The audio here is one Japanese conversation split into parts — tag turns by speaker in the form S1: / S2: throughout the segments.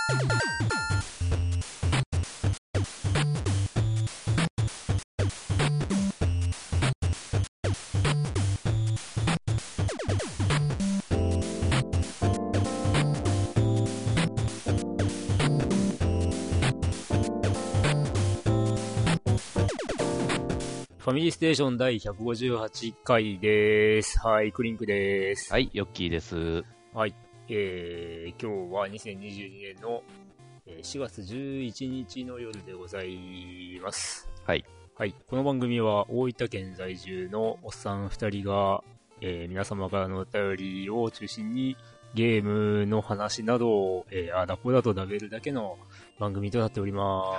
S1: ファミリーステーション第158回です。はい、クリンクです。
S2: はい、ヨッキーです。
S1: はい、今日は2022年の4月11日の夜でございます。
S2: はい。
S1: はい、この番組は大分県在住のおっさん2人が、皆様からのお便りを中心にゲームの話などを、あだこだと食べるだけの番組となっております。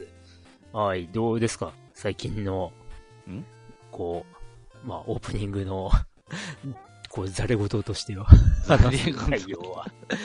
S1: はい。はい、どうですか最近のこう、まあ、オープニングのこう、ざれ言としては。
S2: 内容は。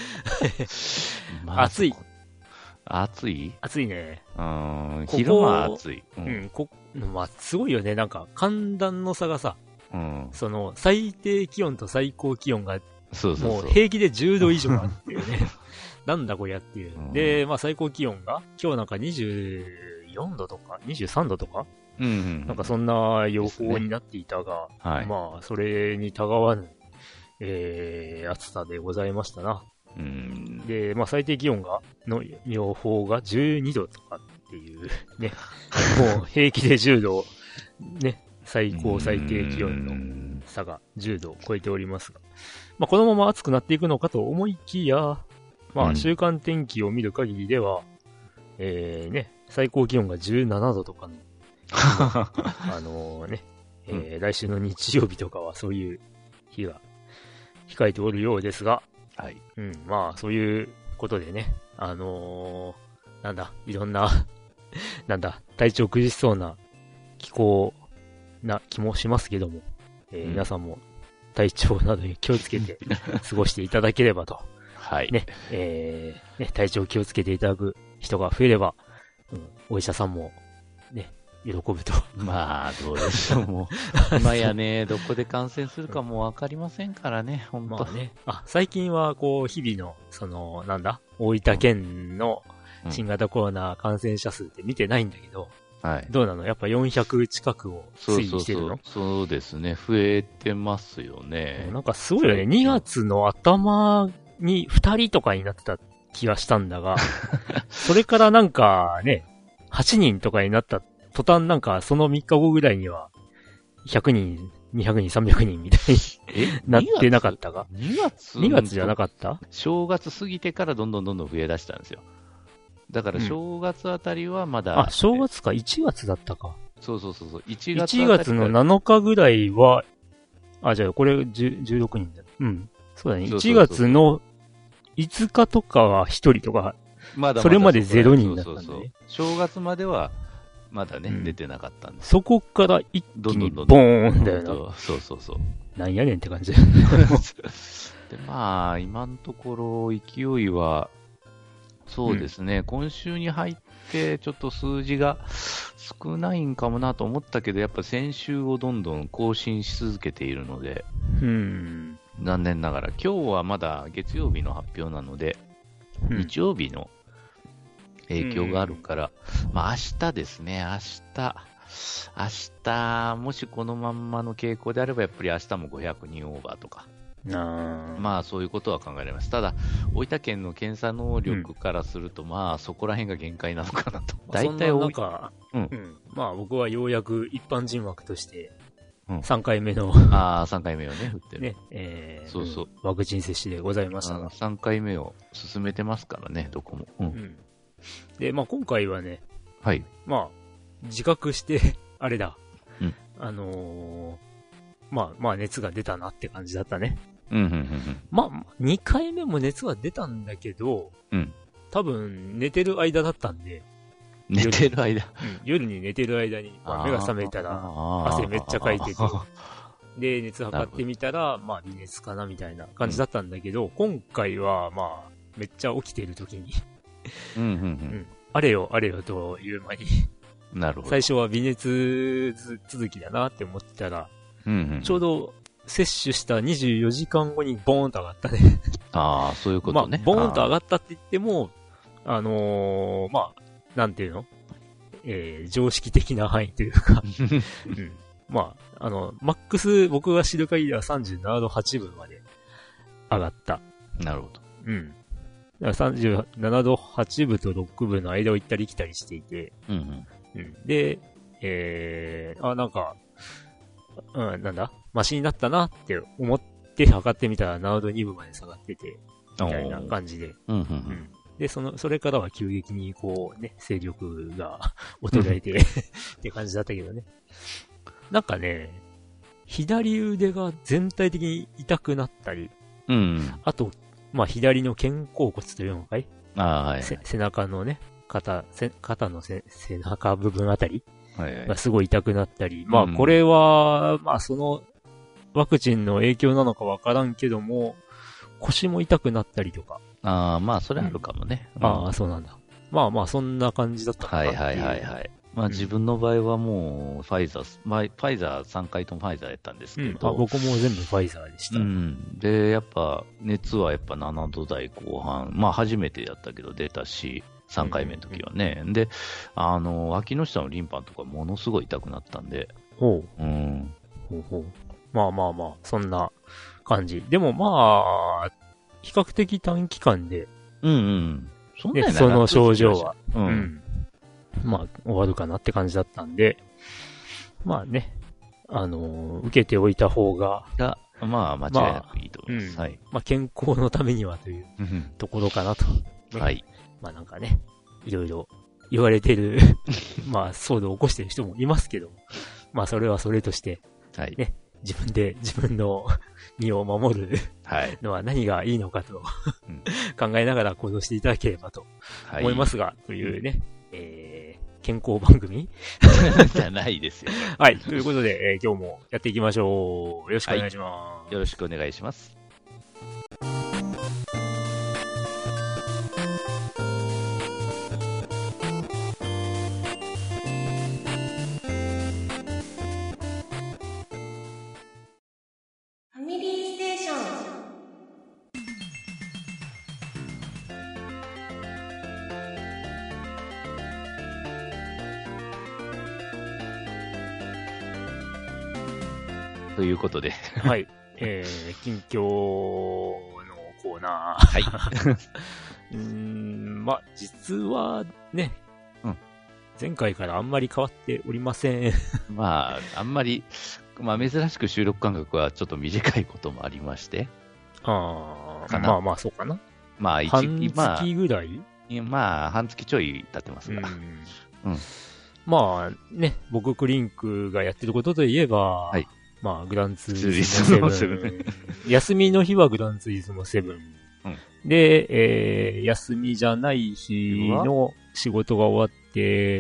S1: 暑い。
S2: 暑い？
S1: 暑いね。
S2: 昼間暑い。
S1: まあ、すごいよね。なんか、寒暖の差がさ、その、最低気温と最高気温が、もう平気で10度以上あっていうね。なんだこりゃっていう。で、まあ、最高気温が、今日なんか24度とか、23度とかなんかそんな予報になっていたが、はい、まあ、それにたがわぬ、暑さでございましたな。で、まあ、最低気温の予報が12度とかっていうね、もう平気で10度、ね、最高最低気温の差が10度を超えておりますが、まあ、このまま暑くなっていくのかと思いきや、まあ、週間天気を見る限りでは、ね、最高気温が17度とかの来週の日曜日とかはそういう日が控えておるようですが、
S2: はい。
S1: まあ、そういうことでね、なんだ、いろんな、なんだ、体調崩しそうな気候な気もしますけども、皆さんも体調などに気をつけて過ごしていただければと。
S2: はい。
S1: ね、体調気をつけていただく人が増えれば、お医者さんも、ね、喜ぶと。
S2: まあ、どうでしょう、もう。今やね、どこで感染するかもわかりませんからね、ほんと。
S1: まあね。最近は、こう、日々の、大分県の新型コロナ感染者数って見てないんだけど、はい。どうなのやっぱ400近くを推移してるの？
S2: そうですね、増えてますよね。
S1: なんかすごいよね。2月の頭に2人とかになってた気がしたんだが、それからなんかね、8人とかになった途端なんかその3日後ぐらいには100人、200人、300人みたいになってなかったか ?2 月じゃなかった？
S2: 正月過ぎてからどんどん増え出したんですよ。だから正月あたりはまだ、
S1: 正月か1月だったか。
S2: そう。1
S1: 月の7日ぐらいは、じゃあこれ16人だ。そうだね。1月の5日とかは1人とか、それまで0人だったんだね。そう
S2: 正月までは、まだね、出てなかったんです。
S1: そこから一気にボーンだよな。
S2: そう。
S1: なんやねんって感じだよね。
S2: で、まあ、今のところ勢いは、そうですね、今週に入ってちょっと数字が少ないんかもなと思ったけど、やっぱ先週をどんどん更新し続けているので、残念ながら、今日はまだ月曜日の発表なので、日曜日の影響があるから、まあ明日ですね、明日、もしこのまんまの傾向であれば、やっぱり明日も500人オーバーとか、まあそういうことは考えられます。ただ、大分県の検査能力からすると、まあそこら辺が限界なのかなと。
S1: 大体なんか、まあ僕はようやく一般人枠として、3回目の、
S2: 3回目をね、打ってる。
S1: ね、そう。ワクチン接種でございましたが。
S2: 3回目を進めてますからね、どこも。
S1: で、まあ今回はね、
S2: はい。
S1: まあ、自覚して、あれだ、まあ熱が出たなって感じだったね。まあ、2回目も熱は出たんだけど、多分寝てる間だったんで、
S2: 寝てる間、
S1: 夜に寝てる間に、目が覚めたら、汗めっちゃかいてて、で、熱測ってみたら、まあ微熱かなみたいな感じだったんだけど、今回はまあ、めっちゃ起きてる時に、あれよという間に、
S2: なるほど。
S1: 最初は微熱続きだなって思ってたら、ちょうど接種した24時間後にボーンと上がったね。
S2: そういうことね。
S1: まあ、ボーンと上がったって言っても、 まあ、なんていうの常識的な範囲というか、うん。まあ、マックス僕が知る限りは37度8分まで上がった。
S2: なるほど。
S1: うん。だから37度8分と6分の間を行ったり来たりしていて、
S2: うん
S1: うん。で、なんか、なんだマシになったなって思って測ってみたら7度2分まで下がってて、みたいな感じで。
S2: うんうんうん。
S1: で、それからは急激にこうね、勢力が衰えてって感じだったけどね。なんかね、左腕が全体的に痛くなったり、
S2: うん。
S1: あと、まあ、左の肩甲骨というのかい、
S2: はい。
S1: 背中のね、肩の背中部分あたり
S2: はいはい、
S1: がすごい痛くなったり、まあ、これは、まあ、その、ワクチンの影響なのかわからんけども、腰も痛くなったりとか。
S2: ああ、まあ、それあるかもね。
S1: ああ、そうなんだ。まあまあ、そんな感じだったかな。
S2: はいはいはいはい。まあ、自分の場合はもう、ファイザー3回ともファイザーやったんですけど。
S1: 僕も全部ファイザーでした。
S2: で、やっぱ、熱はやっぱ7度台後半。まあ、初めてやったけど出たし、3回目の時はね。で、脇の下のリンパとかものすごい痛くなったんで。
S1: ほう。まあまあまあ、そんな感じ。でもまあ、比較的短期間で、その症状は、まあ、終わるかなって感じだったんで、まあね、受けておいた方が、
S2: まあ、間違いなくいいと思います。はい。
S1: まあ、健康のためにはというところかなと、
S2: ね。はい。
S1: まあなんかね、いろいろ言われてる、まあ、騒動を起こしてる人もいますけど、まあ、それはそれとして、
S2: はい。
S1: ね、自分の身を守るのは何がいいのかと考えながら行動していただければと思いますが、というね、健康番組
S2: じゃないですよ。
S1: はい。ということで、今日もやっていきましょう。よろしくお願いします。
S2: よろしくお願いします。ということで。
S1: はい。近況のコーナ
S2: ー。はい。
S1: まあ、実はね、前回からあんまり変わっておりません。
S2: まあ、あんまり、まあ、珍しく収録間隔はちょっと短いこともありまして。
S1: まあまあ、そうかな。
S2: まあ、
S1: 半月ぐらい、
S2: まあ、半月ちょい経ってますが。
S1: まあ、ね、僕クリンクがやってることといえば、
S2: はい。
S1: まあ、グランツーリズム7。休みの日はグランツーリズム7。で、休みじゃない日の仕事が終わって、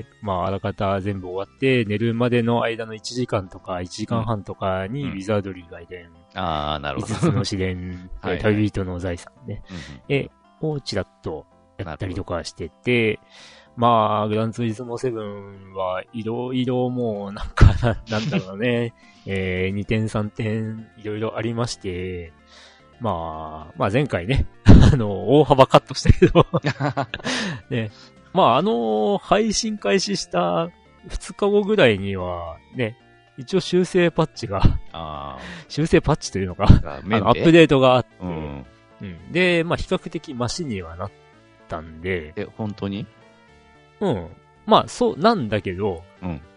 S1: まあ、あらかた全部終わって、寝るまでの間の1時間とか1時間半とかに、ウィザードリー外伝、
S2: なるほど。
S1: 5つの試練、旅人の財産ね、をちらっとやったりとかしてて、まあ、グランツーリスモ7はいろいろもうなんか、なんだろうね、2点3点いろいろありまして、まあ前回ね、大幅カットしたけど、ね、まあ配信開始した2日後ぐらいには、ね、一応修正パッチが、修正パッチというのか、アップデートがあって、で、まあ比較的マシにはなったんで、
S2: 本当に？
S1: まあ、そう、なんだけど、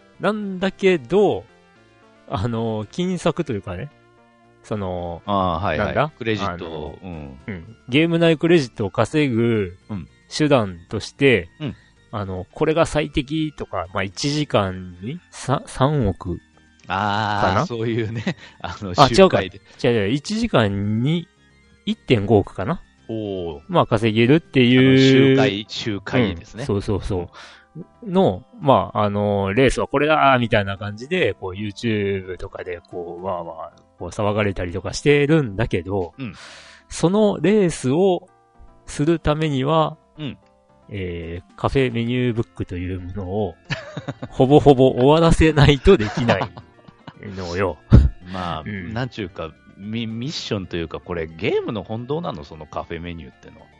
S1: 金策というかね、
S2: なんだクレジットを、
S1: ゲーム内クレジットを稼ぐ手段として、これが最適とか、まあ、1時間に 3億かな？
S2: そういうね、
S1: 違うか。違う、1時間に 1.5 億かな？まあ稼げるってい
S2: う。周回ですね。
S1: そう。の、まあ、レースはこれだみたいな感じで、こう YouTube とかで、こう騒がれたりとかしてるんだけど、そのレースをするためには、カフェメニューブックというものを、ほぼほぼ終わらせないとできないのよ。
S2: まあ、なんちゅうか、ミッションというか、これゲームの本当なの？そのカフェメニューってのは。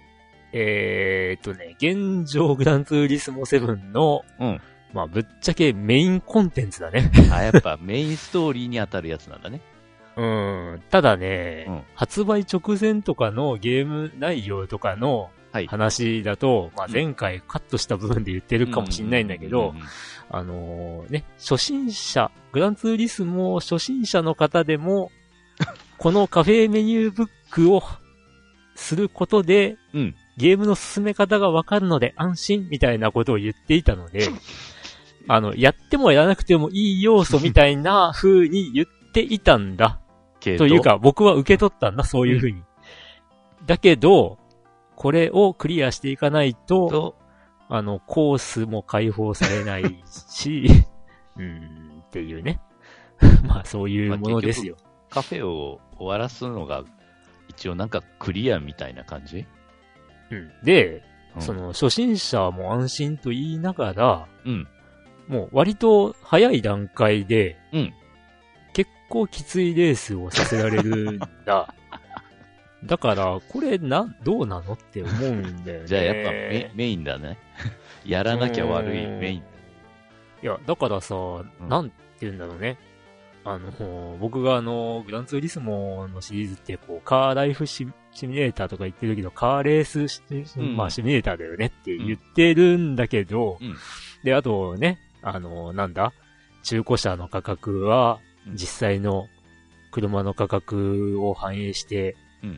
S1: 現状グランツーリスモ7の、まあ、ぶっちゃけメインコンテンツだね。
S2: やっぱメインストーリーに当たるやつなんだね。
S1: ただね、発売直前とかのゲーム内容とかの話だと、まあ、前回カットした部分で言ってるかもしんないんだけど、初心者、グランツーリスモ初心者の方でも、このカフェメニューブックをすることで、ゲームの進め方がわかるので安心みたいなことを言っていたので、やってもやらなくてもいい要素みたいな風に言っていたんだ。というか、僕は受け取ったんだ、そういう風に。だけど、これをクリアしていかないと、コースも解放されないし、っていうね。まあ、そういうものですよ。
S2: カフェを終わらすのが、一応なんかクリアみたいな感じ？
S1: で、その、初心者も安心と言いながら、もう割と早い段階で、結構きついレースをさせられるんだ。だから、これどうなのって思うんだよね。
S2: じゃあやっぱメインだね。やらなきゃ悪いメイン。
S1: いや、だからさ、なんて言うんだろうね。僕がグランツーリスモのシリーズって、こう、カーライフシミュレーターとか言ってるけど、カーレースまあ、シミュレーターだよねって言ってるんだけど、で、あとね、中古車の価格は、実際の車の価格を反映して、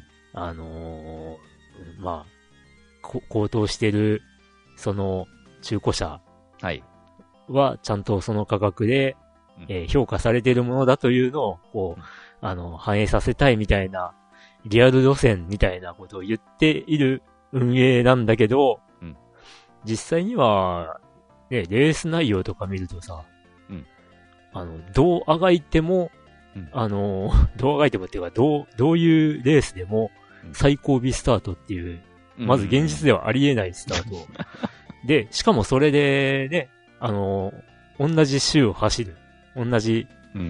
S1: まあ、高騰してる、その、中古車は、ちゃんとその価格で、評価されているものだというのを、こう、反映させたいみたいな、リアル路線みたいなことを言っている運営なんだけど、実際には、ね、レース内容とか見るとさ、どうあがいても、どうあがいてもっていうか、どういうレースでも、最後尾スタートっていう、まず現実ではありえないスタート。で、しかもそれでね、同じ週を走る。同じ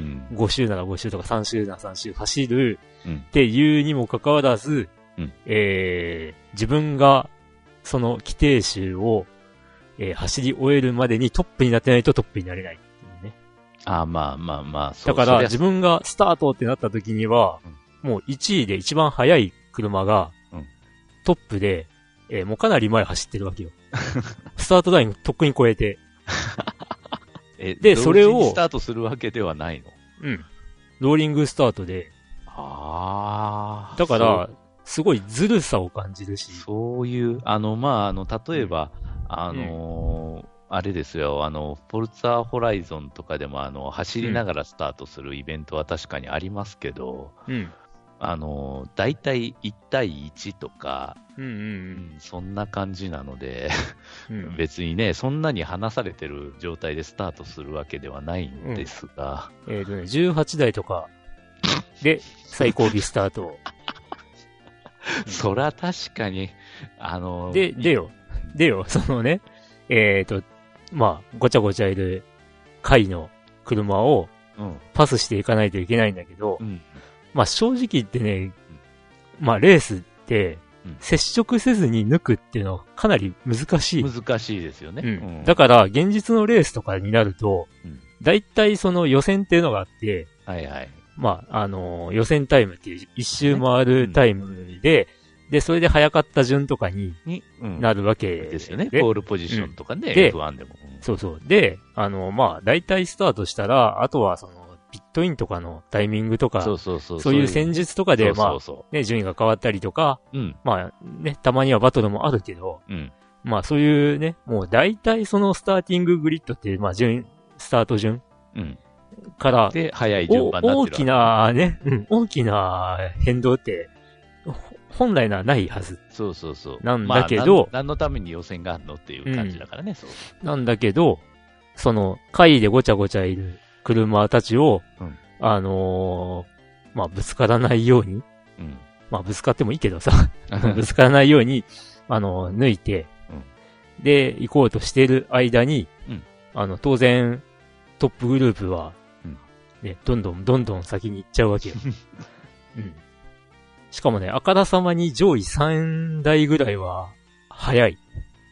S1: 5周なら5周とか3周なら3周走るっていうにもかかわらず、自分がその規定周を、走り終えるまでにトップになってないとトップになれないっていうね。
S2: まあ、
S1: だから自分がスタートってなった時には、もう1位で一番速い車がトップで、もうかなり前走ってるわけよ。スタートラインとっくに超えて。
S2: で、それを。スタートするわけではないの？
S1: ローリングスタートで。だから、すごいずるさを感じるし。
S2: そういう、例えば、あれですよ、フォルツァホライゾンとかでも、走りながらスタートするイベントは確かにありますけど、だいたい1対1とか、そんな感じなので、別にね、そんなに離されてる状態でスタートするわけではないんですが。
S1: 18台とかで最後尾スタート。
S2: そら確かに、
S1: でよ、そのね、まあ、ごちゃごちゃいる回の車をパスしていかないといけないんだけど、まあ正直言ってね、まあレースって、接触せずに抜くっていうのはかなり難しい。
S2: 難しいですよね。
S1: だから、現実のレースとかになると、だいたいその予選っていうのがあって、まあ、予選タイムっていう一周回るタイムで、で、それで早かった順とかになるわけ
S2: ですよね。ポールポジションとかね、F1 でも。
S1: そうそう。で、まあ、だいたいスタートしたら、あとはその、ピットインとかのタイミングとか、そういう戦術とかで、まあ、ね、順位が変わったりとか、まあ、ね、たまにはバトルもあるけど、まあ、そういうね、もう大体そのスターティンググリッドっていう、まあ、スタート順から、
S2: で、早い順番になってる。
S1: 大きなね、大きな変動って、本来はないはず。なんだけど、
S2: 何のために予選があるのっていう感じだからね、
S1: なんだけど、その、回でごちゃごちゃいる車たちを、まあ、ぶつからないように、まあ、ぶつかってもいいけどさ、ぶつからないように、抜いて、で、行こうとしている間に、当然、トップグループは、ね、どんどん先に行っちゃうわけよ。しかもね、あからさまに上位3台ぐらいは、 早い。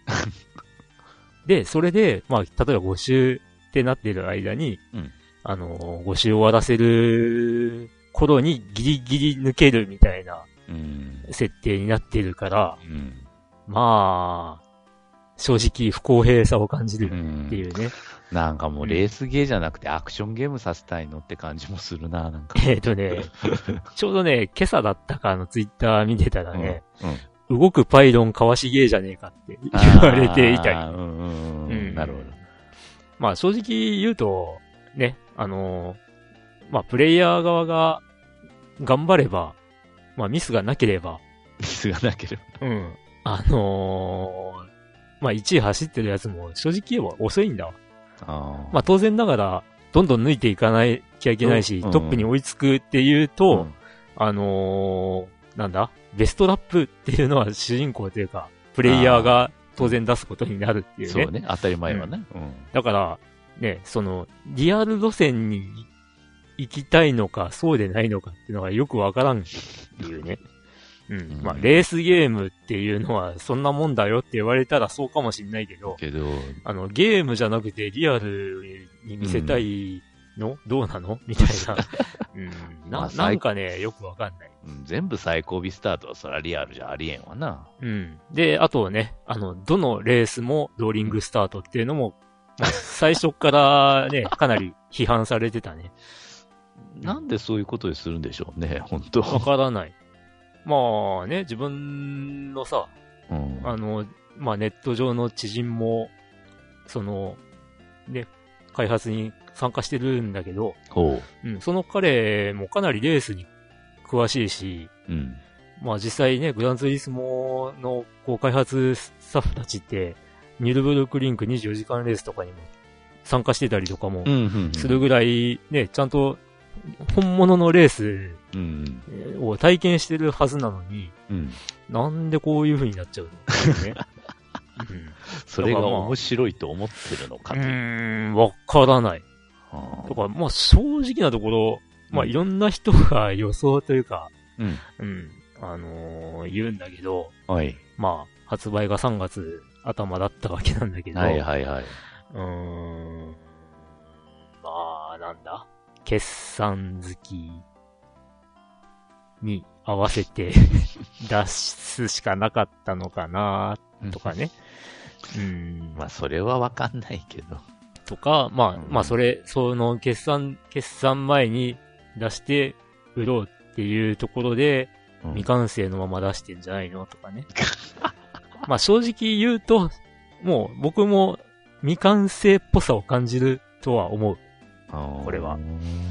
S1: で、それで、まあ、例えば5周ってなってる間に、5周終わらせる頃にギリギリ抜けるみたいな設定になってるから、まあ、正直不公平さを感じるっていうね。
S2: なんかもうレースゲーじゃなくてアクションゲームさせたいのって感じもするな、なんか。
S1: ちょうどね、今朝だったかツイッター見てたらね、動くパイロンかわしゲーじゃねえかって言われていたり。
S2: なるほど。
S1: まあ正直言うと、ね、まあプレイヤー側が頑張れば、まあミスがなければ。
S2: ミスがなければ。
S1: まあ1位走ってるやつも正直言えば遅いんだわ。まあ当然ながら、どんどん抜いていかなきゃいけないし、トップに追いつくっていうと、なんだベストラップっていうのは主人公というか、プレイヤーが当然出すことになるっていうね。
S2: そうね、当たり前はね。
S1: だから、ね、リアル路線に行きたいのか、そうでないのかっていうのがよくわからんっていうね。まあ、レースゲームっていうのはそんなもんだよって言われたらそうかもしんないけど、ゲームじゃなくてリアルに見せたいの、どうなのみたいな。なんかね、よくわかんない。
S2: 全部最後尾スタートはそらリアルじゃありえんわな。
S1: で、あとね、どのレースもローリングスタートっていうのも、まあ、最初からね、かなり批判されてたね。
S2: なんでそういうことにするんでしょうね、本当
S1: わからない。まあね、自分のさ、まあネット上の知人も、ね、開発に参加してるんだけど、その彼もかなりレースに詳しいし、まあ実際ね、グランツーリスモの開発スタッフたちって、ニュルブルクリンク24時間レースとかにも参加してたりとかもするぐらいね、ちゃんと本物のレースを体験してるはずなのに、なんでこういう風になっちゃうのってね。
S2: それが面白いと思ってるのかと。
S1: わからない。だからまあ正直なところ、まあいろんな人が予想というか、言うんだけど、まあ発売が3月頭だったわけなんだけど、まあなんだ決算好きに合わせて出すしかなかったのかなとかね。
S2: まあそれはわかんないけど。
S1: とか、まあその決算前に出して売ろうっていうところで、未完成のまま出してんじゃないのとかね。まあ正直言うと、もう僕も未完成っぽさを感じるとは思う。これは。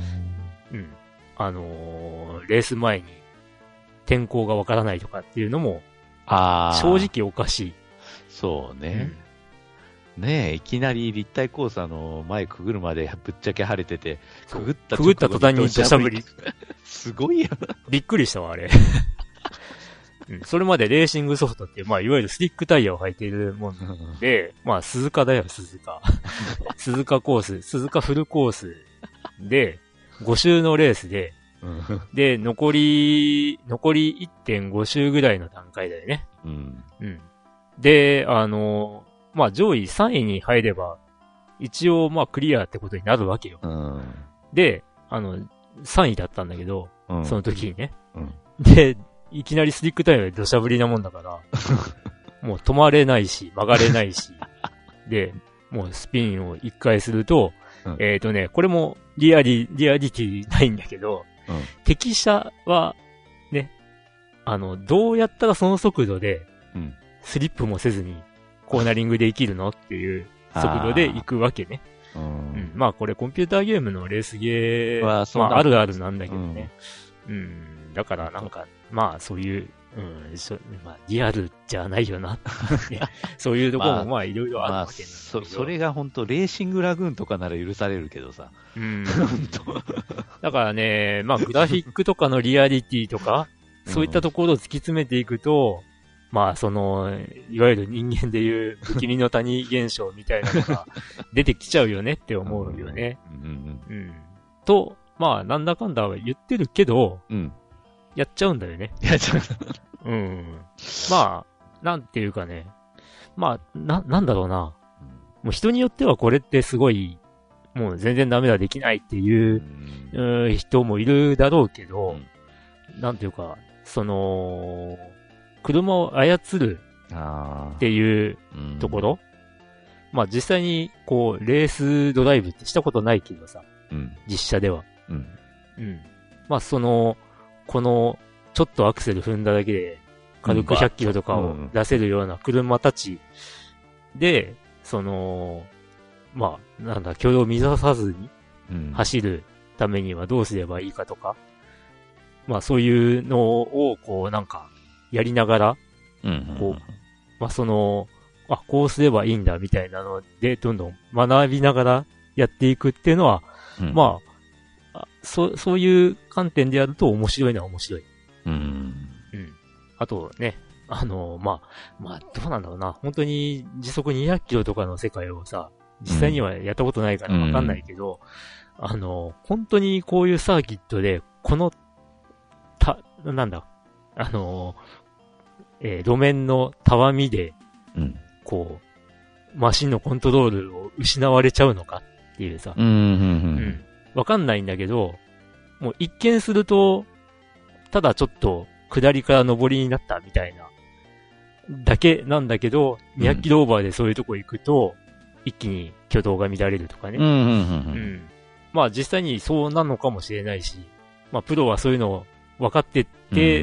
S1: レース前に天候がわからないとかっていうのも、正直おかしい。
S2: そうね。ねえ、いきなり立体交差の前くぐるまでぶっちゃけ晴れてて、くぐった
S1: 途端に土砂降り。
S2: すごいよ。
S1: びっくりしたわ、あれ。それまでレーシングソフトって、まあ、いわゆるスティックタイヤを履いているもんで、まあ、鈴鹿だよ、鈴鹿。鈴鹿コース、鈴鹿フルコースで、5周のレースで、で、残り 1.5 周ぐらいの段階だよね。で、まあ、上位3位に入れば、一応、まあ、クリアってことになるわけよ。で、3位だったんだけど、その時にね。で、いきなりスティックタイヤで土砂降りなもんだから、もう止まれないし、曲がれないし、で、もうスピンを1回すると、これもリアリティないんだけど、敵車は、ね、どうやったらその速度で、スリップもせずに、コーナリングで生きるのっていう速度で行くわけね。まあこれコンピューターゲームのレースゲー、まああるあるなんだけどね。だからなんか、まあそういう、まあリアルじゃないよな。そういうところもまあいろいろあるわけなんだけど。
S2: それが本当レーシングラグーンとかなら許されるけどさ。
S1: だからね、まあグラフィックとかのリアリティとか、そういったところを突き詰めていくと、まあいわゆる人間でいう不気味の谷現象みたいなのが出てきちゃうよねって思うよね。と、まあなんだかんだ言ってるけど、やっちゃうんだよね。
S2: やっちゃう。
S1: まあ、なんていうかね、 まあ、なんだろうな。もう人によってはこれってすごい、もう全然ダメだ、できないっていう、人もいるだろうけど、なんていうか、車を操るっていうところ、まあ実際にこう、レースドライブってしたことないけどさ、実車では。まあこの、ちょっとアクセル踏んだだけで、軽く100キロとかを出せるような車たちで、まあ、なんだ、挙動を乱さずに走るためにはどうすればいいかとか、まあそういうのを、こうなんか、やりながら、こう、まあこうすればいいんだみたいなので、どんどん学びながらやっていくっていうのは、まあ、そういう観点でやると面白いのは面白い。あとね、まあ、どうなんだろうな。本当に時速200キロとかの世界をさ、実際にはやったことないからわかんないけど、本当にこういうサーキットで、なんだ、路面のたわみで、こう、マシンのコントロールを失われちゃうのかっていうさ、わかんないんだけど、もう一見すると、ただちょっと下りから上りになったみたいな、だけなんだけど、200キロオーバーでそういうとこ行くと、一気に挙動が乱れるとかね。まあ実際にそうなのかもしれないし、まあプロはそういうのを分かってって、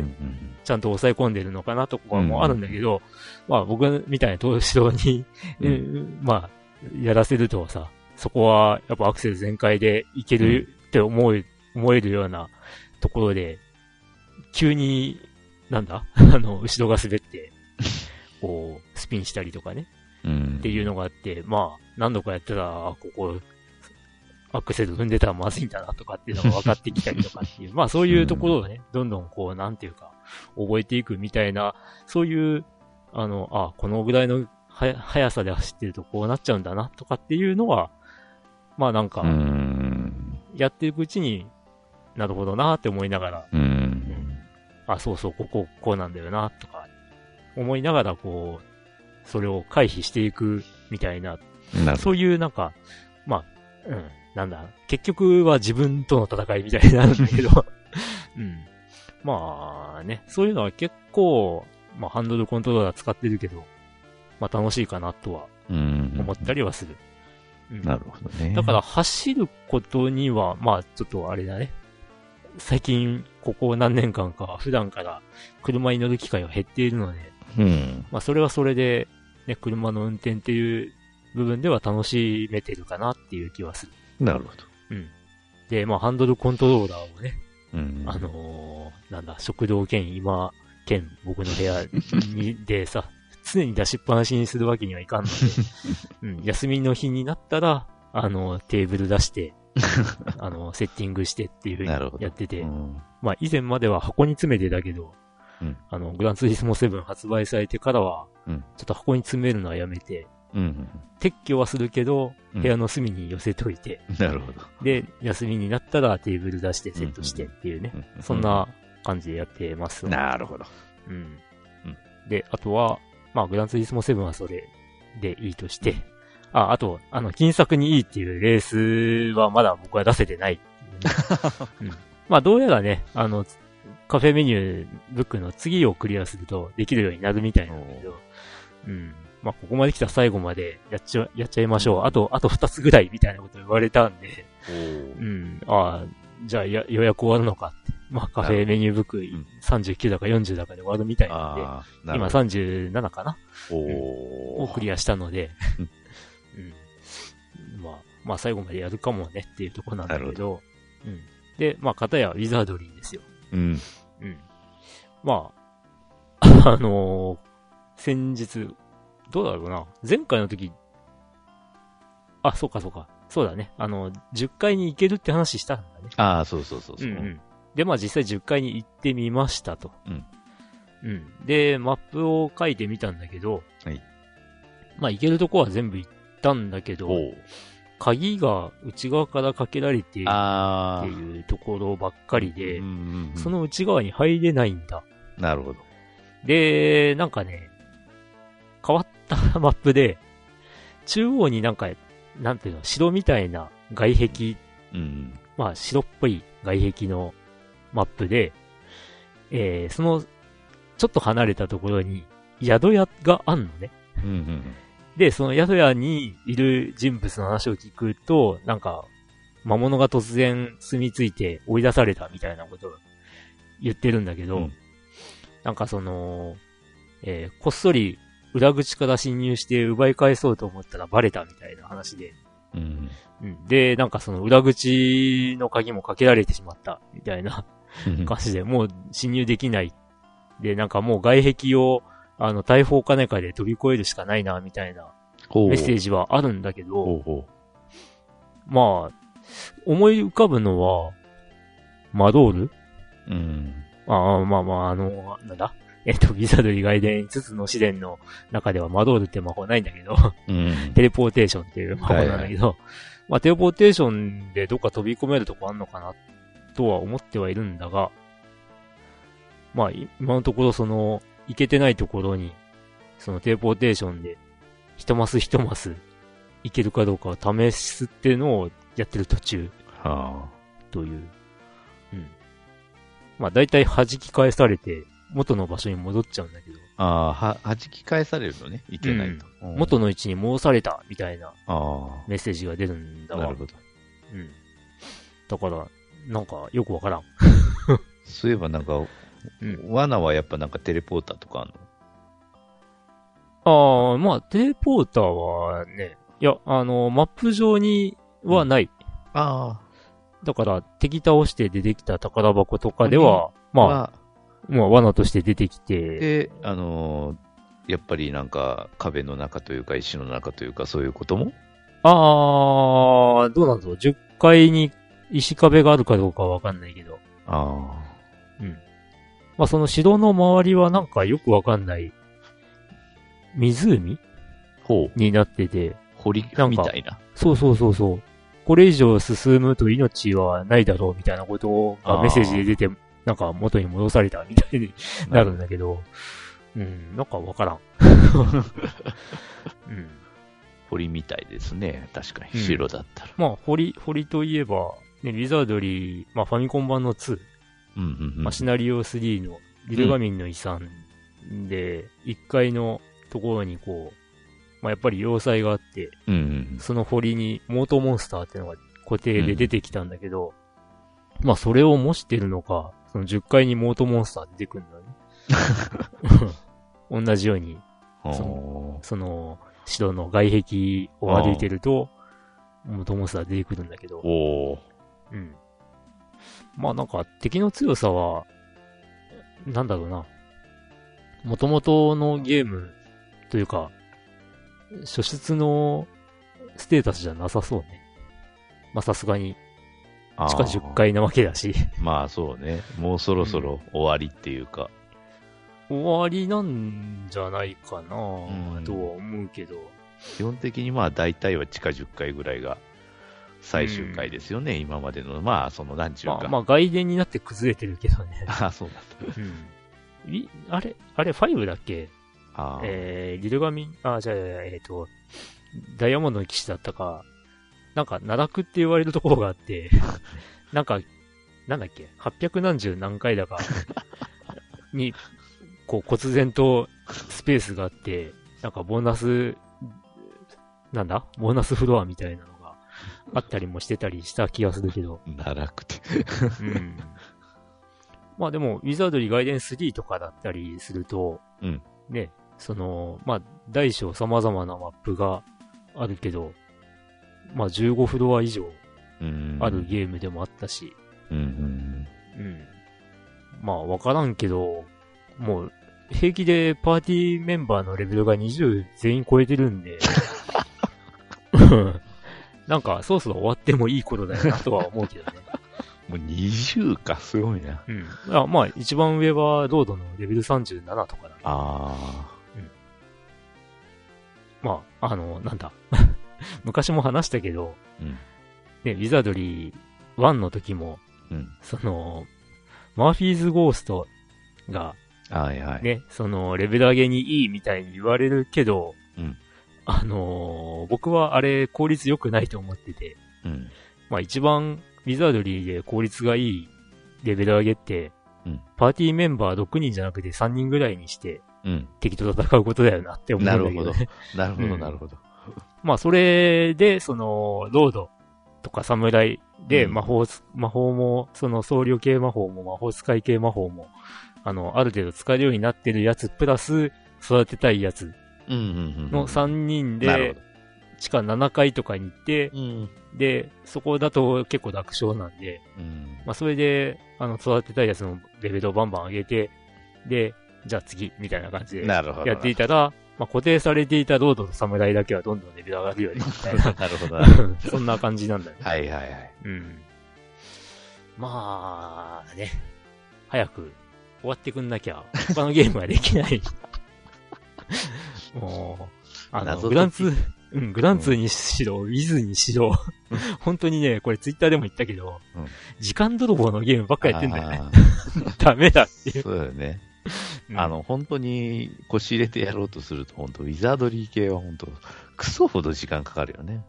S1: ちゃんと抑え込んでるのかなとかもあるんだけど、まあ僕みたいな投資郎に、まあ、やらせるとさ、そこはやっぱアクセル全開でいけるって思えるようなところで、急に、なんだ後ろが滑って、こう、スピンしたりとかね。っていうのがあって、まあ、何度かやったら、ここ、アクセル踏んでたらまずいんだなとかっていうのが分かってきたりとかっていう、まあそういうところをね、どんどんこう、なんていうか、覚えていくみたいな、そういう、このぐらいの速さで走ってるとこうなっちゃうんだなとかっていうのは、まあなんか、やっていくうちになるほどなって思いながら、そうそう、こうなんだよなとか、思いながらこう、それを回避していくみたいな、そういうなんか、まあ、なんだ、結局は自分との戦いみたいになるんだけど、まあね、そういうのは結構、まあハンドルコントローラー使ってるけど、まあ楽しいかなとは思ったりはする。
S2: なるほどね。
S1: だから走ることには、まあちょっとあれだね。最近、ここ何年間か普段から車に乗る機会は減っているので、まあそれはそれで、ね、車の運転っていう部分では楽しめてるかなっていう気はする。
S2: なるほど。
S1: で、まあハンドルコントローラーをね、なんだ、食堂兼僕の部屋でさ、常に出しっぱなしにするわけにはいかんので、休みの日になったら、テーブル出して、セッティングしてっていう風にやってて、まあ以前までは箱に詰めてたけど、グランツーリスモ7発売されてからは、ちょっと箱に詰めるのはやめて、撤去はするけど、部屋の隅に寄せといて、
S2: なるほど。
S1: で、休みになったらテーブル出してセットしてっていうね、そんな感じでやってます。
S2: なるほど。
S1: で、あとは、まあ、グランツーリスモ7はそれでいいとして、あと、金策にいいっていうレースはまだ僕は出せてないっていうね。まあ、どうやらね、カフェメニューブックの次をクリアするとできるようになるみたいなんだけど、まあ、ここまで来た最後までやっちゃいましょう。あと2つぐらいみたいなこと言われたんで、じゃあ予約終わるのかって。まあ、カフェメニューブック39だか40だかで終わるみたいなんで、今37かなをクリアしたので、まあ、最後までやるかもねっていうところなんだけど、で、まあ、片やウィザードリーですよ。まあ、先日、どうだろうな。前回の時、そうか。そうだね。10階に行けるって話したんだね。
S2: そう。
S1: で、まあ実際10階に行ってみましたと。で、マップを書いてみたんだけど、まあ行けるとこは全部行ったんだけど、鍵が内側からかけられているっていうところばっかりで、その内側に入れないんだ。
S2: なるほど。
S1: で、なんかね、変わったったマップで、中央になんか、なんていうの、城みたいな外壁、
S2: うん、
S1: まあ白っぽい外壁のマップで、その、ちょっと離れたところに宿屋があんのね。
S2: うんうん、
S1: で、その宿屋にいる人物の話を聞くと、なんか、魔物が突然住み着いて追い出されたみたいなことを言ってるんだけど、うん、なんかその、こっそり裏口から侵入して奪い返そうと思ったらバレたみたいな話で、
S2: うん
S1: うん、で、なんかその裏口の鍵もかけられてしまったみたいな感じで、もう侵入できない。で、なんかもう外壁を大砲か何かで飛び越えるしかないなみたいなメッセージはあるんだけど、まあ、思い浮かぶのは、マドール？
S2: うん。
S1: まあ、なんだウィザードリー外伝5つの試練の中ではマドールって魔法ないんだけど、
S2: うん、
S1: テレポーテーションっていう魔法なんだけど、はいはい、まあ、テレポーテーションでどっか飛び込めるとこあんのかなとは思ってはいるんだが、まあ、今のところ行けてないところに、そのテレポーテーションで、一マス一マス、いけるかどうかを試すっていうのをやってる途中。
S2: は
S1: あ。という。うん。まあ、だいたい弾き返されて、元の場所に戻っちゃうんだけど。
S2: 弾き返されるのね。いけないと。
S1: うん、元の位置に戻された、みたいな、メッセージが出るんだわ。
S2: なるほど。
S1: うん。だから、なんか、よくわからん。
S2: そういえばなんか、罠はやっぱなんかテレポーターとかある
S1: の？まあ、テレポーターはね、いや、マップ上にはない。だから、敵倒して出てきた宝箱とかでは、まあ、罠として出てきて。
S2: で、やっぱりなんか壁の中というか石の中というかそういうことも？
S1: どうなんだろう。10階に石壁があるかどうかはわかんないけど。うん。まあその城の周りはなんかよくわかんない湖になってて。
S2: 堀みたいな。
S1: そう。これ以上進むと命はないだろうみたいなことがメッセージで出て、なんか元に戻されたみたいになるんだけど、なんかわからん。うん。
S2: 堀みたいですね。確かに、城だったら。
S1: まあ、堀といえば、ね、ウィザードリー、まあ、ファミコン版の2、まあ、シナリオ3のギルガミンの遺産で、1階のところにこう、まあ、やっぱり要塞があって、その堀にモートモンスターっていうのが固定で出てきたんだけど、まあ、それを模してるのか、その10階にモートモンスター出てくるんだね。同じように、その、城の外壁を歩いてると、モートモンスター出てくるんだけど、うん。まあなんか敵の強さは、なんだろうな。元々のゲームというか、初出のステータスじゃなさそうね。まあさすがに、地下10階なわけだし。
S2: まあそうね。もうそろそろ終わりっていうか。
S1: 終わりなんじゃないかなとは思うけど。
S2: 基本的にまあ大体は地下10階ぐらいが最終回ですよね、今までの。まあその何ちゅうか。
S1: まあ外伝になって崩れてるけどね。
S2: そうなんだ。
S1: あれ5だっけ？リルガミン、ダイヤモンドの騎士だったか、なんか、奈落って言われるところがあって、なんか、なんだっけ、800何十何回だかに、こう、忽然とスペースがあって、なんかボーナスフロアみたいなのがあったりもしてたりした気がするけど。
S2: 奈落って。
S1: まあでも、ウィザードリーガイデン3とかだったりすると、ね、まあ、大小様々なマップがあるけど、まあ15フロア以上あるゲームでもあったし、まあわからんけど、もう平気でパーティーメンバーのレベルが20全員超えてるんで、なんかそろそろ終わってもいい頃だよなとは思うけどね。
S2: もう20か、すごいな。
S1: まあ一番上はロードのレベル37とかだ、ね。まあ、なんだ。昔も話したけど、ね、ウィザードリー1の時も、マーフィーズゴーストが、ね、レベル上げにいいみたいに言われるけど、 僕はあれ効率良くないと思ってて、まあ一番ウィザードリーで効率がいいレベル上げって、パーティーメンバー6人じゃなくて3人ぐらいにして、敵と戦うことだよなって思うんだけどね。
S2: なるほど、なるほど。
S1: まあそれで、ロードとか侍で魔法も、その僧侶系魔法も魔法使い系魔法も、ある程度使えるようになってるやつ、プラス育てたいやつの3人で、地下7階とかに行って、で、そこだと結構楽勝なんで、まあそれで、育てたいやつのレベルをバンバン上げて、で、じゃあ次、みたいな感じでやっていたら、まあ固定されていたロードと侍だけはどんどんレベル上がるように、みたいな。
S2: なるほど。
S1: そんな感じなんだよね。
S2: はいはいはい。
S1: まあ、ね。早く終わってくんなきゃ、他のゲームはできない。もう、グランツーにしろ、ウィズにしろ、本当にね、これツイッターでも言ったけど、時間泥棒のゲームばっかやってんだよね。ダメだっていう。
S2: そうだよね。本当に腰入れてやろうとすると、本当ウィザードリー系は本当、クソほど時間かかるよね。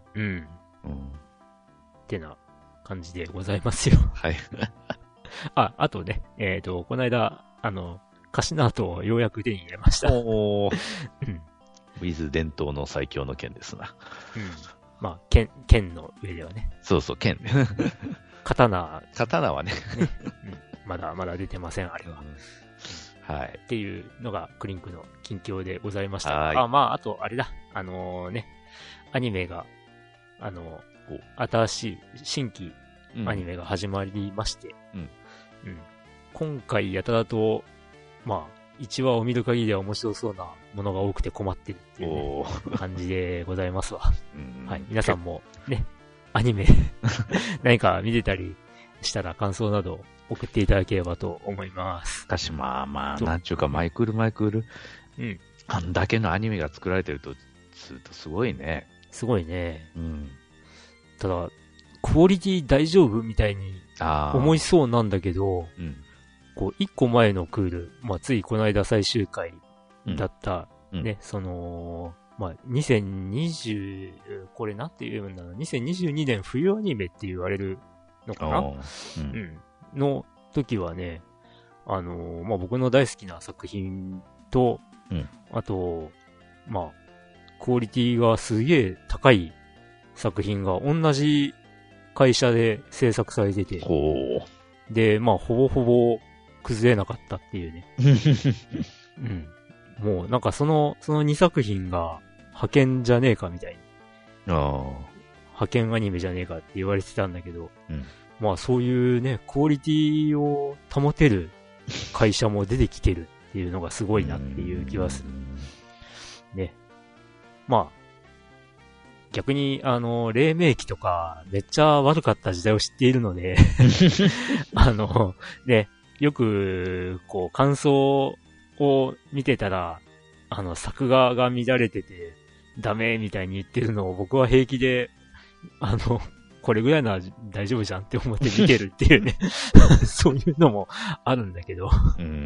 S1: ってな感じでございますよ。
S2: はい。
S1: あとね、この間、カシナートをようやく手に入れました。
S2: ウィズ伝統の最強の剣ですな。
S1: まあ、剣の上ではね。
S2: そうそう、剣。
S1: 刀
S2: はね。
S1: まだ出てません、あれは。
S2: はい。
S1: っていうのがクリンクの近況でございました。まあ、あと、あれだ。アニメが、新しい、新規アニメが始まりまして、今回やたらと、まあ、1話を見る限りでは面白そうなものが多くて困ってるっていう、感じでございますわ。はい。皆さんもね、アニメ何か見てたりしたら感想など送っていただければと思います。
S2: まあ、なんちゅうか、マイクール。あんだけのアニメが作られてると、すごいね。
S1: すごいね。ただ、クオリティ大丈夫みたいに思いそうなんだけど、こう、一個前のクール、まあ、ついこの間最終回だった、ね、まあ、これなんて言うんだろう、2022年冬アニメって言われるのかなの時はね、まあ、僕の大好きな作品と、あと、まあ、クオリティがすげえ高い作品が同じ会社で制作されてて、で、まあ、ほぼほぼ崩れなかったっていうね。もう、なんかその2作品が派遣じゃねえかみたいに。派遣アニメじゃねえかって言われてたんだけど、まあそういうね、クオリティを保てる会社も出てきてるっていうのがすごいなっていう気はする。ね。まあ、逆に、黎明期とか、めっちゃ悪かった時代を知っているので、ね、よく、こう、感想を見てたら、作画が乱れてて、ダメみたいに言ってるのを僕は平気で、これぐらいなら大丈夫じゃんって思って見てるっていうね、そういうのもあるんだけど。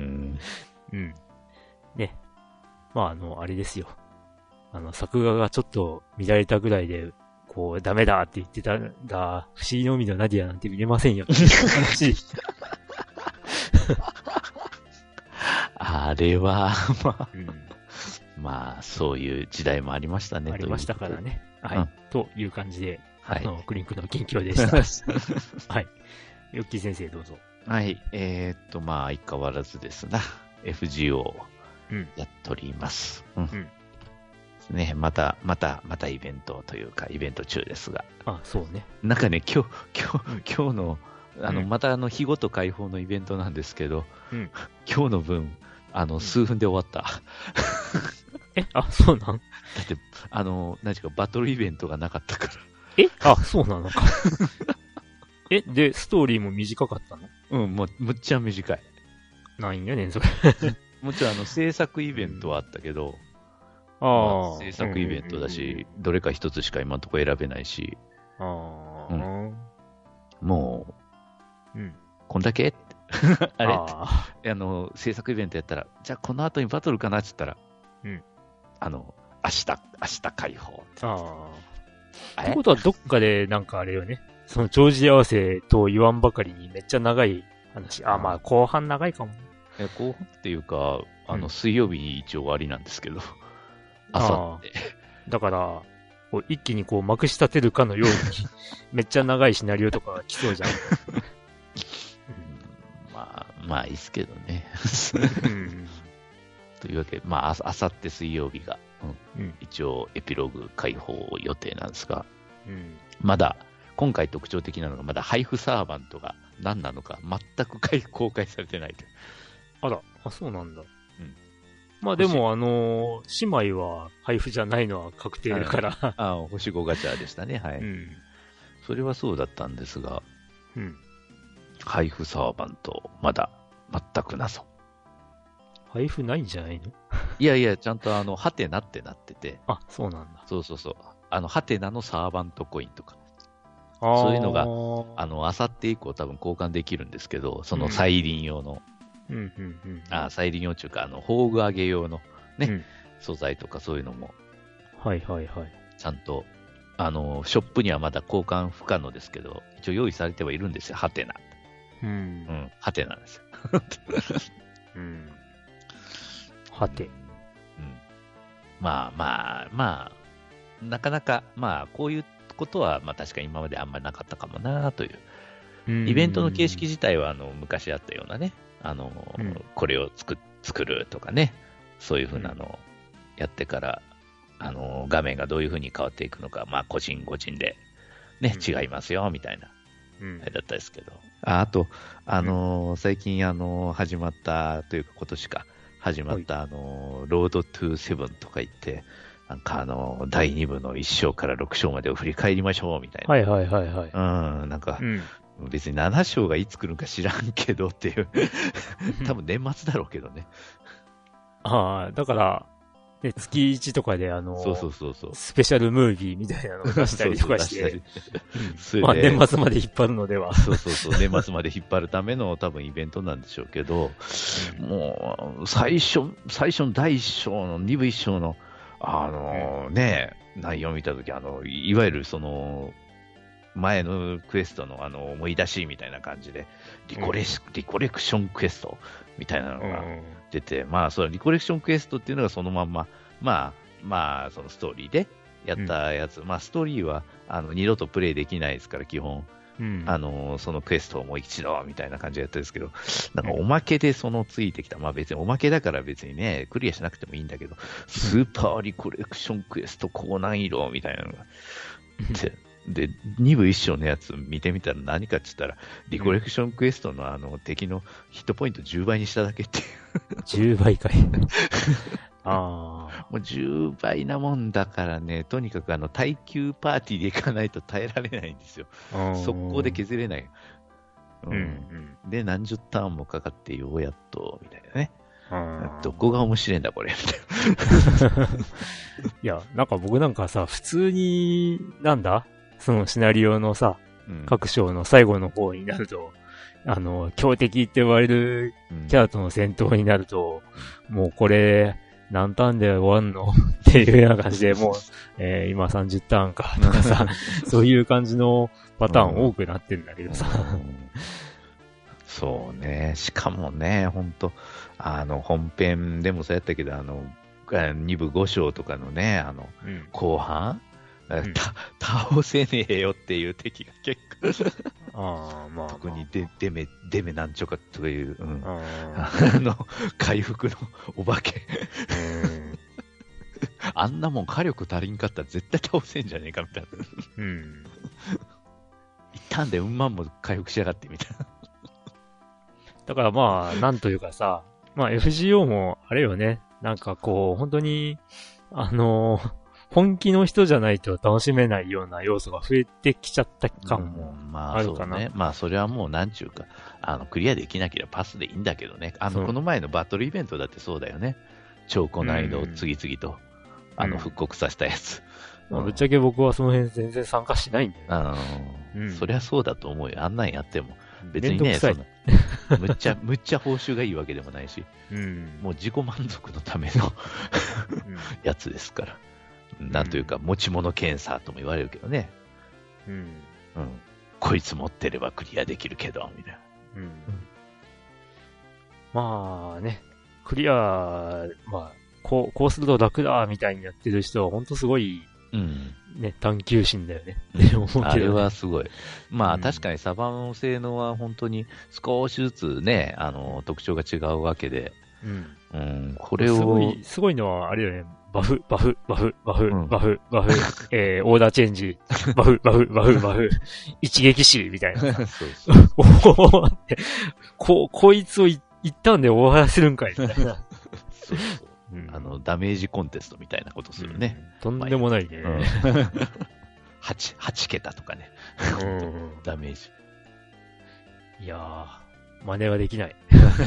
S1: ね。まあ、あれですよ。作画がちょっと乱れたぐらいで、こう、ダメだって言ってたら、不思議の海のナディアなんて見れませんよっていう話。
S2: あれは、まあ、そういう時代もありましたね。
S1: ありましたからね。はい。という感じで、クリンクの近況でした。はい。ヨッキー先生どうぞ。
S2: はい。まあ、相変わらずですな。FGO やっております。ね、またイベントというか、イベント中ですが。
S1: そうね。
S2: なんかね、今日の、また日ごと開放のイベントなんですけど、今日の分、数分で終わった。
S1: そうなん？
S2: だって、何かバトルイベントがなかったから。
S1: そうなのか。で、ストーリーも短かったの？
S2: むっちゃ短い。
S1: ないんやねん、それ。
S2: もちろん、制作イベントはあったけど、制作イベントだし、どれか一つしか今のところ選べないし、もう、こんだけあれ制作イベントやったら、じゃあこの後にバトルかなって言ったら、明日解放。
S1: ってことはどっかでなんかあれよね。その帳尻合わせと言わんばかりにめっちゃ長い話。まあ後半長いかもね。
S2: 後半っていうか、水曜日に一応終わりなんですけど、朝って。
S1: だから、こう一気にこうまくし立てるかのように、めっちゃ長いシナリオとか来そうじゃん。
S2: まあいいっすけどね。というわけで、あさって水曜日が、一応エピローグ開放予定なんですが、まだ、今回特徴的なのが、まだ配布サーバントが何なのか全く公開されてないと。
S1: そうなんだ。まあでも姉妹は配布じゃないのは確定だから。
S2: 星5ガチャでしたね、はい。それはそうだったんですが、配布サーバント、まだ全くなそう。
S1: 配布ないんじゃないの？
S2: いや、ちゃんとハテナってなってて。
S1: そうなんだ。
S2: そう。ハテナのサーバントコインとか。そういうのが、あさって以降多分交換できるんですけど、その再臨用の。再臨用中か、宝具上げ用のね、素材とかそういうのも。ちゃんと、ショップにはまだ交換不可能ですけど、一応用意されてはいるんですよ、ハテナ。ハテナですよ。
S1: はて。
S2: まあ、なかなか、こういうことは、確かに今まであんまりなかったかもなという。イベントの形式自体は、昔あったようなね、これを作るとかね、そういうふうなのをやってから、画面がどういうふうに変わっていくのか、個人で、ね、違いますよ、みたいな、だったですけど。あと、最近、始まったというか、今年か、始まった、ロードトゥーセブンとか言って、なんか第2部の1章から6章までを振り返りましょう、みたいな。なんか、別に7章がいつ来るか知らんけどっていう。多分年末だろうけどね。
S1: だから、ね、月1とかで
S2: そう
S1: スペシャルムービーみたいなのを出したりとかして、年末まで引っ張るのでは。
S2: そう、年末まで引っ張るための多分イベントなんでしょうけど、もう、最初の第1章の2部1章の、内容を見たとき、いわゆるその、前のクエストの思い出しみたいな感じで、リコレクションクエストみたいなのが出て、そのリコレクションクエストっていうのがそのまんま、そのストーリーでやったやつ、ストーリーは二度とプレイできないですから、基本。そのクエストをもう一度みたいな感じでやったんですけど、なんかおまけでそのついてきた、別におまけだから別にね、クリアしなくてもいいんだけど、スーパーリコレクションクエスト高難易度みたいなのが、で、2部1章のやつ見てみたら何かって言ったら、リコレクションクエストの敵のヒットポイント10倍にしただけっていう。
S1: 10倍かい。
S2: もう10倍なもんだからね、とにかく耐久パーティーで行かないと耐えられないんですよ。速攻で削れない。で、何十ターンもかかってようやっと、みたいなね。どこが面白いんだこれみたいな。い
S1: や、なんか僕なんかさ、普通に、そのシナリオのさ、各章の最後の方になると、強敵って言われるキャラとの戦闘になると、もうこれ、何ターンで終わんのっていうような感じで、もう、今30ターンか、とかさ、そういう感じのパターン多くなってるんだけどさ。
S2: そうね。しかもね、ほんと、本編でもそうやったけど、2部5章とかのね、後半、倒せねえよっていう敵が結構特にデメなんちょかという、回復のお化けあんなもん火力足りんかったら絶対倒せんじゃねえかみたいな。一旦でうんまんも回復しやがってみたいな。
S1: だからなんというかさ、FGO もあれよね、なんかこう、本当に、本気の人じゃないと楽しめないような要素が増えてきちゃった感もあるかな。
S2: そうね。それはもうなんちゅうか、クリアできなければパスでいいんだけどね。この前のバトルイベントだってそうだよね。超高難易度を次々と、復刻させたやつ。
S1: ぶっちゃけ僕はその辺全然参加しないんだよ、
S2: ね。そりゃそうだと思うよ。あんなんやっても。別にね、むっちゃ報酬がいいわけでもないし、もう自己満足のためのやつですから。 なんというか、持ち物検査とも言われるけどね。うん。こいつ持ってればクリアできるけど、みたいな。
S1: まあね、クリア、こうすると楽だ、みたいにやってる人は、ほんとすごい、ね、探求心だよね。
S2: あれはすごい。まあ、確かにサバの性能は本当に少しずつね、特徴が違うわけで、これを。
S1: すごいのは、あれだよね。バフ、オーダーチェンジ、バフ、一撃死、みたいな。こいつを一旦で終わらせるんかい、みたいな。
S2: ダメージコンテストみたいなことするね。
S1: とんでもないね。
S2: 8桁とかね。ダメージ。
S1: いやー、真似はできない。